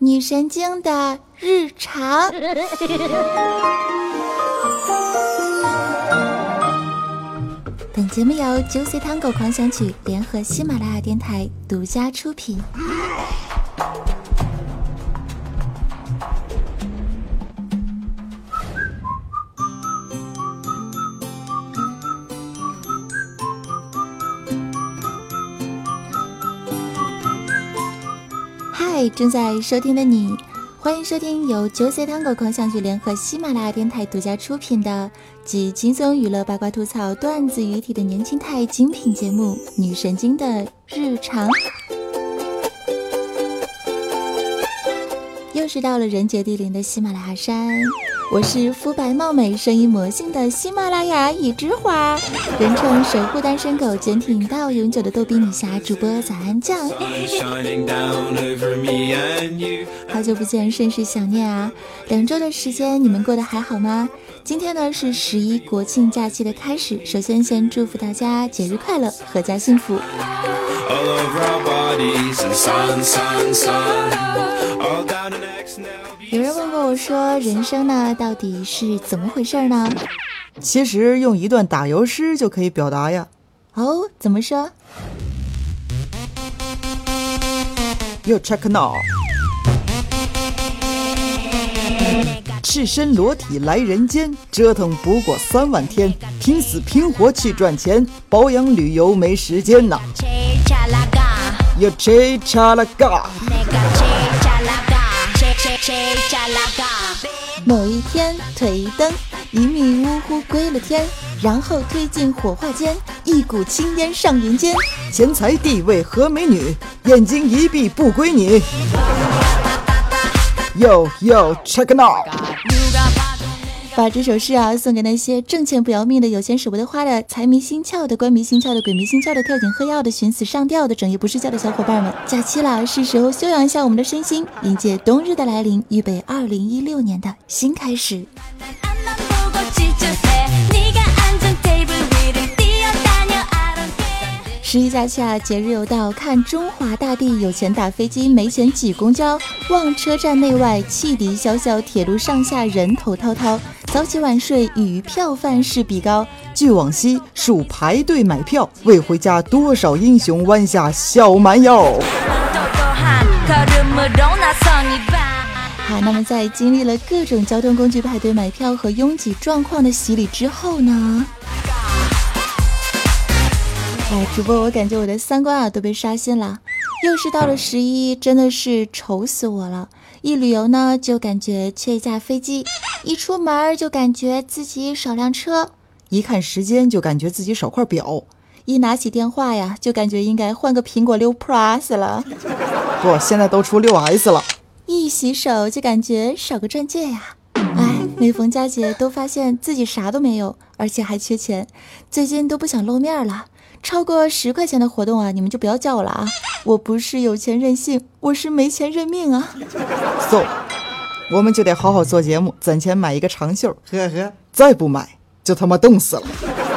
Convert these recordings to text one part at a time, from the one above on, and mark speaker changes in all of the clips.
Speaker 1: 女神经的日常。本节目由Juicy Tango狂想曲联合喜马拉雅电台独家出品。嗨，正在收听的你，欢迎收听由Juicy Tango狂想曲联合喜马拉雅电台独家出品的集轻松娱乐、八卦吐槽、段子于体的年轻态精品节目《女神经的日常》。又是到了人杰地灵的喜马拉雅山，我是肤白貌美、声音魔性的喜马拉雅已知花，人称守护单身狗、坚挺到永久的逗比女侠主播早安酱。好久不见，甚是想念啊！2周的时间，你们过得还好吗？今天呢是11国庆假期的开始，首先先祝福大家节日快乐，阖家幸福。有人问过我说，人生呢到底是怎么回事呢？
Speaker 2: 其实用一段打油诗就可以表达呀。
Speaker 1: 哦，怎么说？
Speaker 2: You check now， 赤身裸体来人间，折腾不过3万天，拼死拼活去赚钱，保养旅游没时间呐。You check now。
Speaker 1: 某一天腿一蹬，一迷呜呼归了天，然后推进火化间，一股青烟上云间，
Speaker 2: 钱财地位和美女，眼睛一闭不归你。Yo check now。
Speaker 1: 把这首诗啊送给那些挣钱不要命的、有钱舍不得花的、财迷心窍的、官迷心窍的、鬼迷心窍的、跳井喝药的、寻死上吊的、整夜不睡觉的小伙伴们。假期了，是时候休养一下我们的身心，迎接冬日的来临，预备2016年的新开始。11假期啊，节日有道，看中华大地，有钱打飞机，没钱挤公交，望车站内外汽笛萧萧，铁路上下人头滔滔，早起晚睡与票贩势比高。
Speaker 2: 据往昔数排队买票，未回家多少英雄弯下小蛮腰。
Speaker 1: 好，那么在经历了各种交通工具排队买票和拥挤状况的洗礼之后呢，主播我感觉我的三观啊都被刷新了，又是到了11，真的是愁死我了。一旅游呢就感觉缺一架飞机，一出门就感觉自己少辆车，
Speaker 2: 一看时间就感觉自己少块表，
Speaker 1: 一拿起电话呀就感觉应该换个苹果6 Plus 了，
Speaker 2: 不，现在都出6S 了。
Speaker 1: 一洗手就感觉少个钻戒呀。每逢佳节都发现自己啥都没有，而且还缺钱，最近都不想露面了。超过10块钱的活动啊，你们就不要叫我了啊！我不是有钱任性，我是没钱认命啊。
Speaker 2: So， 我们就得好好做节目，攒钱买一个长袖，呵呵，再不买就他妈冻死了。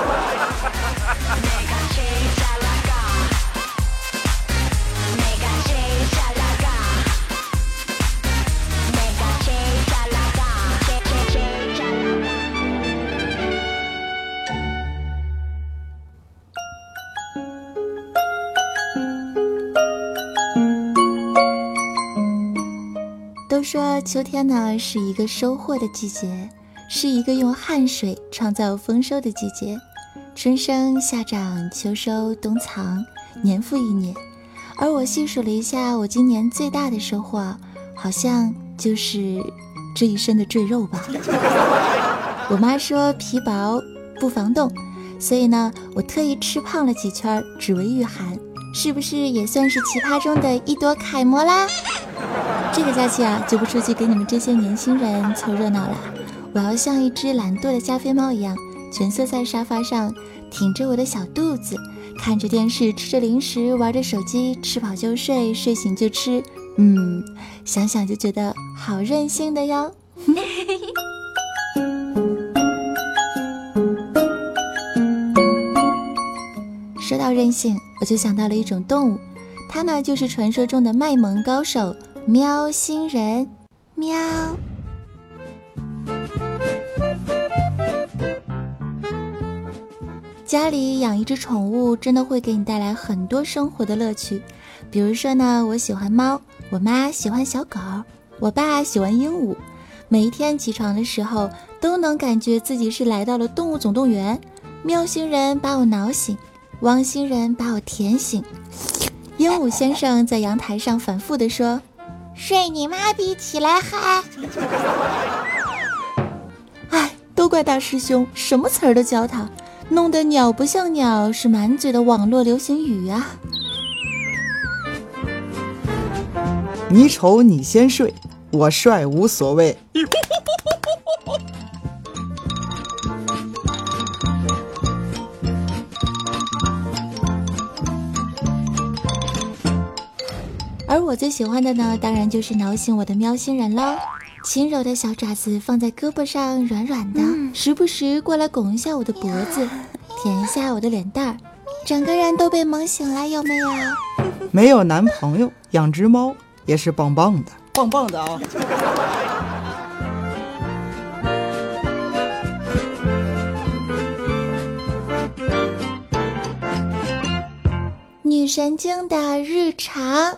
Speaker 1: 都说秋天呢是一个收获的季节，是一个用汗水创造丰收的季节。春生夏长秋收冬藏，年复一年。而我细数了一下，我今年最大的收获好像就是这一身的赘肉吧。我妈说皮薄不防冻，所以呢我特意吃胖了几圈，只为御寒。是不是也算是奇葩中的一朵楷模啦？这个假期啊，就不出去给你们这些年轻人凑热闹了。我要像一只懒惰的加菲猫一样，蜷缩在沙发上，挺着我的小肚子，看着电视，吃着零食，玩着手机，吃饱就睡，睡醒就吃。想想就觉得好任性的哟。说到任性，我就想到了一种动物，它呢就是传说中的卖萌高手喵星人，喵。家里养一只宠物真的会给你带来很多生活的乐趣。比如说呢，我喜欢猫，我妈喜欢小狗，我爸喜欢鹦鹉。每一天起床的时候都能感觉自己是来到了动物总动员。喵星人把我挠醒，汪星人把我甜醒。鹦鹉先生在阳台上反复地说，睡你妈逼，起来嗨。哎，都怪大师兄，什么词儿都教他，弄得鸟不像鸟，是满嘴的网络流行语啊。
Speaker 2: 你丑你先睡，我帅无所谓。
Speaker 1: 而我最喜欢的呢，当然就是挠醒我的喵星人喽。轻柔的小爪子放在胳膊上，软软的，时不时过来拱一下我的脖子，舔一下我的脸蛋儿，整个人都被萌醒了，有没有？
Speaker 2: 没有男朋友，养只猫也是棒棒的，棒棒的啊！
Speaker 1: 女神经的日常。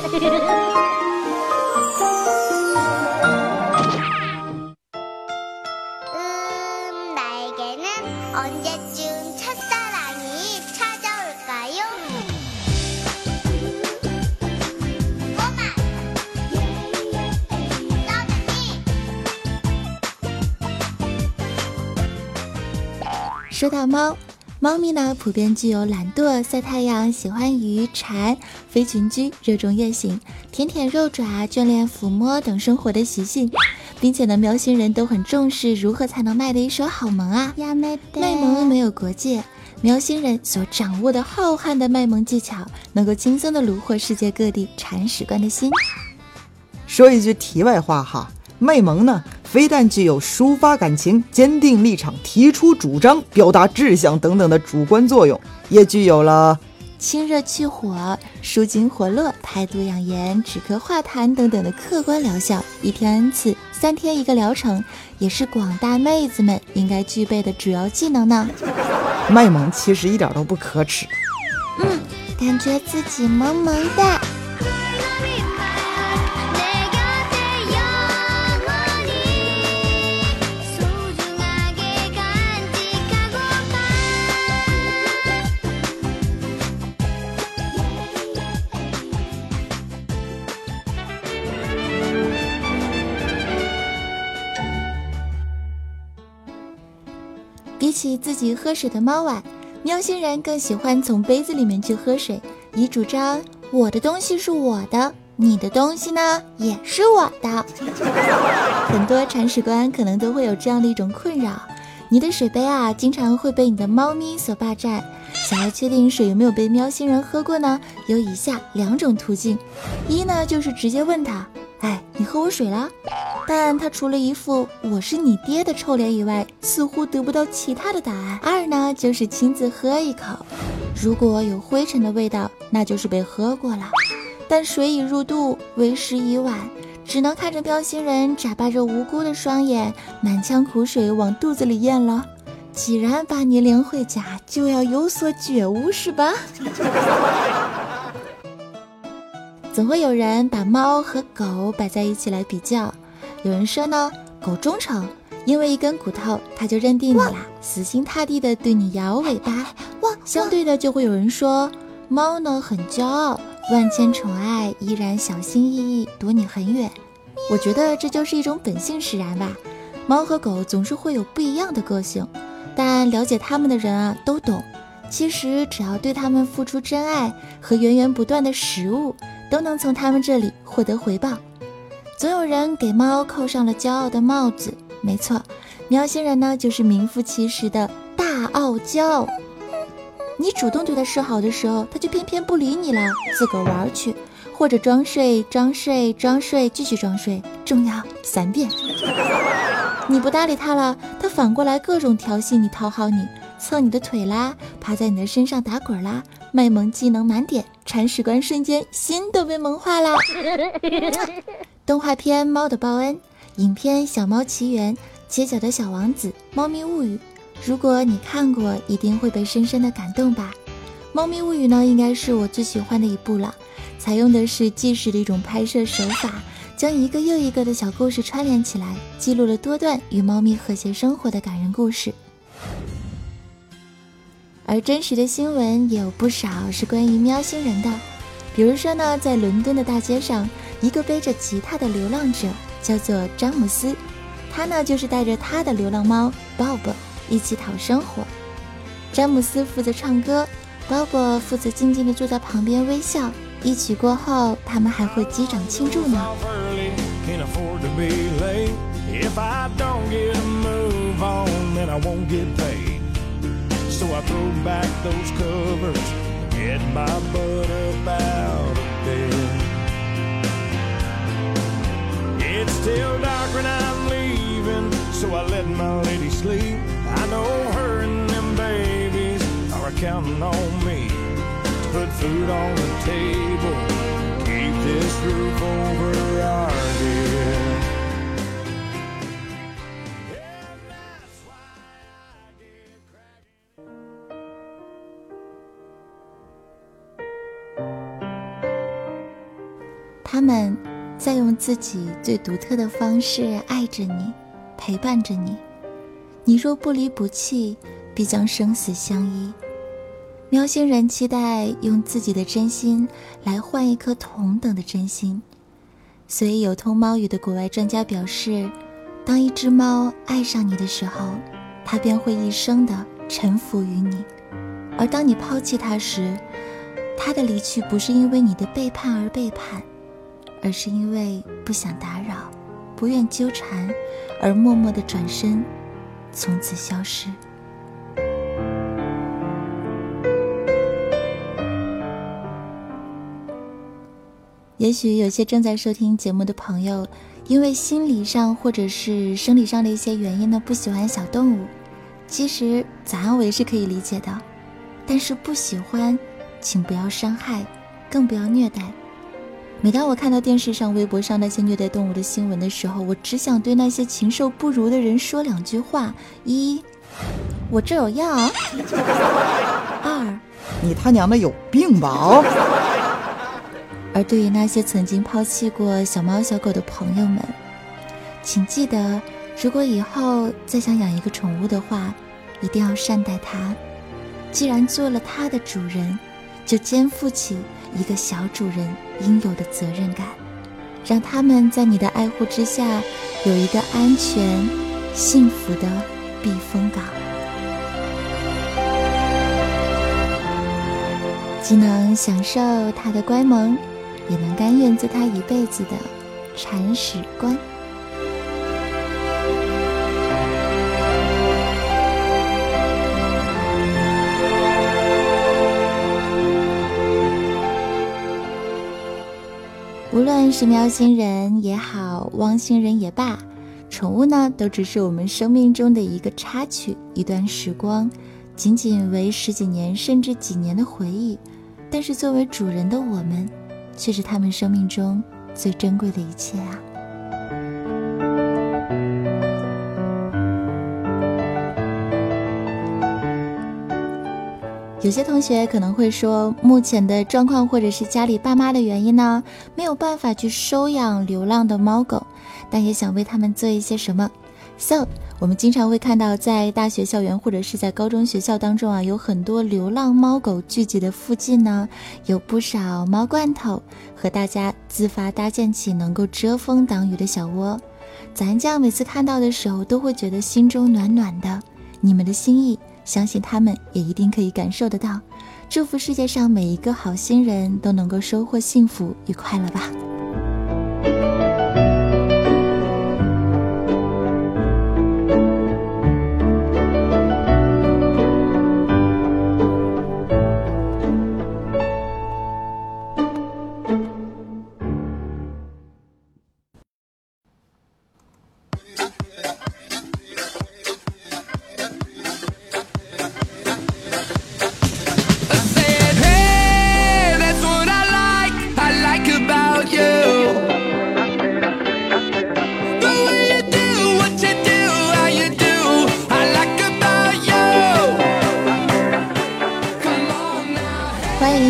Speaker 1: 说到猫，猫咪呢普遍具有懒惰、晒太阳、喜欢鱼、蝉、飞群居、热衷夜行、舔舔肉爪、眷恋抚摸等生活的习性，并且呢喵星人都很重视如何才能卖的一手好萌啊。卖萌没有国界，喵星人所掌握的浩瀚的卖萌技巧，能够轻松的虏获世界各地铲屎官的心。
Speaker 2: 说一句题外话哈，卖萌呢非但具有抒发感情、坚定立场、提出主张、表达志向等等的主观作用，也具有了
Speaker 1: 清热去火、舒筋活络、排毒养颜、止咳化痰等等的客观疗效。一天 N 次，3天一个疗程，也是广大妹子们应该具备的主要技能呢。
Speaker 2: 卖萌其实一点都不可耻，
Speaker 1: 感觉自己萌萌的。比起自己喝水的猫碗，喵星人更喜欢从杯子里面去喝水，以主张我的东西是我的，你的东西呢也是我的。很多铲屎官可能都会有这样的一种困扰，你的水杯啊经常会被你的猫咪所霸占。想要确定水有没有被喵星人喝过呢，有以下2种途径。一呢就是直接问他，哎，你喝我水了？但他除了一副我是你爹的臭脸以外，似乎得不到其他的答案。2呢就是亲自喝一口，如果有灰尘的味道，那就是被喝过了。但水已入肚，为时已晚，只能看着喵星人眨巴着无辜的双眼，满腔苦水往肚子里咽了。既然把你领回家，就要有所觉悟，是吧？总会有人把猫和狗摆在一起来比较。有人说呢，狗忠诚，因为一根骨头它就认定你啦，死心塌地的对你摇尾巴。相对的就会有人说，猫呢很骄傲，万千宠爱依然小心翼翼躲你很远。我觉得这就是一种本性使然吧。猫和狗总是会有不一样的个性，但了解他们的人啊都懂，其实只要对他们付出真爱和源源不断的食物，都能从他们这里获得回报。总有人给猫扣上了骄傲的帽子，没错，喵星人呢就是名副其实的大傲娇。你主动对他示好的时候，他就偏偏不理你了，自个儿玩去，或者装睡装睡装睡继续装睡，重要3遍。你不搭理他了，他反过来各种调戏你讨好你，蹭你的腿啦，趴在你的身上打滚啦， 卖萌技能满点，铲屎官瞬间心都被萌化了。动画片《猫的报恩》，影片《小猫奇缘》，街角的小王子，猫咪物语。如果你看过，一定会被深深的感动吧。猫咪物语呢，应该是我最喜欢的一部了，采用的是纪实的一种拍摄手法，将一个又一个的小故事串联起来，记录了多段与猫咪和谐生活的感人故事。而真实的新闻也有不少是关于喵星人的，比如说呢，在伦敦的大街上，一个背着吉他的流浪者叫做詹姆斯，他呢就是带着他的流浪猫 Bob 一起讨生活。詹姆斯负责唱歌，Bob 负责静静地坐在旁边微笑，一曲过后他们还会击掌庆祝呢。
Speaker 3: So I throw back those covers, get my butt up out of bed. It's still dark when I'm leaving, so I let my lady sleep. I know her and them babies are counting on me to put food on the table, keep this roof over our head.
Speaker 1: 他们在用自己最独特的方式爱着你，陪伴着你。你若不离不弃，必将生死相依。喵星人期待用自己的真心来换一颗同等的真心。所以有通猫语的国外专家表示，当一只猫爱上你的时候，它便会一生的臣服于你。而当你抛弃它时，它的离去不是因为你的背叛而背叛，而是因为不想打扰，不愿纠缠，而默默地转身，从此消失。也许有些正在收听节目的朋友，因为心理上或者是生理上的一些原因呢，不喜欢小动物。其实早安我也是可以理解的，但是不喜欢，请不要伤害，更不要虐待。每当我看到电视上、微博上那些虐待动物的新闻的时候，我只想对那些禽兽不如的人说两句话：一，我这有药；二，
Speaker 2: 你他娘的有病吧！
Speaker 1: 而对于那些曾经抛弃过小猫小狗的朋友们，请记得，如果以后再想养一个宠物的话，一定要善待它。既然做了它的主人，就肩负起一个小主人应有的责任感，让他们在你的爱护之下有一个安全幸福的避风港，既能享受他的乖萌，也能甘愿做他一辈子的铲屎官。无论是喵星人也好，汪星人也罢，宠物呢都只是我们生命中的一个插曲，一段时光，仅仅为十几年甚至几年的回忆，但是作为主人的我们，却是他们生命中最珍贵的一切啊。有些同学可能会说，目前的状况或者是家里爸妈的原因呢，没有办法去收养流浪的猫狗，但也想为他们做一些什么。So， 我们经常会看到在大学校园或者是在高中学校当中啊，有很多流浪猫狗聚集的附近呢，有不少猫罐头和大家自发搭建起能够遮风挡雨的小窝。咱这样每次看到的时候，都会觉得心中暖暖的。你们的心意，相信他们也一定可以感受得到。祝福世界上每一个好心人都能够收获幸福与快乐吧。
Speaker 4: I said, hey!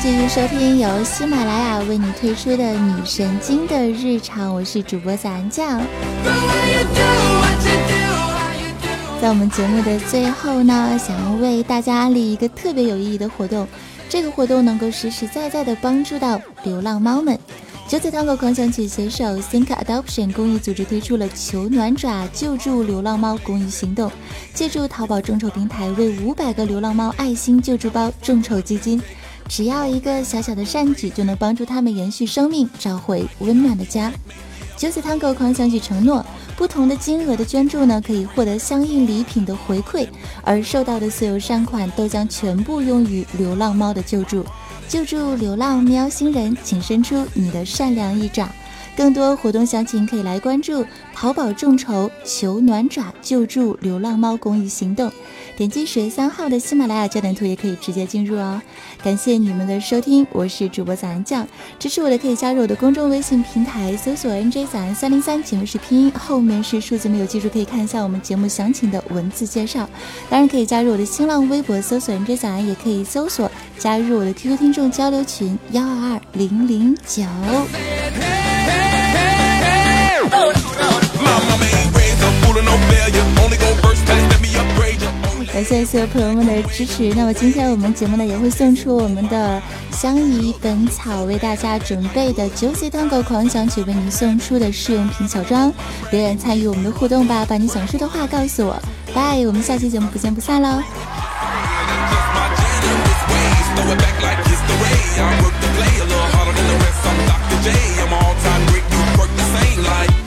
Speaker 1: 继续收听由喜马拉雅为你推出的女神经的日常，我是主播咱酱。在我们节目的最后呢，想要为大家安利一个特别有意义的活动，这个活动能够实实在在的帮助到流浪猫们。九子糖果狂想曲携手 Think Adoption 公益组织推出了求暖爪救助流浪猫公益行动，借助淘宝众筹平台为500个流浪猫爱心救助包众筹基金，只要一个小小的善举就能帮助他们延续生命，找回温暖的家。九子糖果狂想曲承诺，不同的金额的捐助呢，可以获得相应礼品的回馈，而收到的所有善款都将全部用于流浪猫的救助。救助流浪喵星人，请伸出你的善良一爪。更多活动详情可以来关注淘宝众筹求暖爪救助流浪猫公益行动，点击10月3号的喜马拉雅焦点图也可以直接进入哦。感谢你们的收听，我是主播早安酱，支持我的可以加入我的公众微信平台，搜索 NJ 早安303，节目是拼音，后面是数字没有记住，可以看一下我们节目详情的文字介绍。当然可以加入我的新浪微博，搜索 NJ 早安，也可以搜索加入我的 QQ 听众交流群122009。感谢所有朋友们的支持。那么今天我们节目呢也会送出我们的香宜本草为大家准备的Juicy Tango狂想曲为您送出的试用品小装，留言参与我们的互动吧，把你想说的话告诉我。拜，我们下期节目不见不散喽。Throw it back like history. I work to play a little harder than the rest. I'm Dr. J. I'm all time great. You work the same like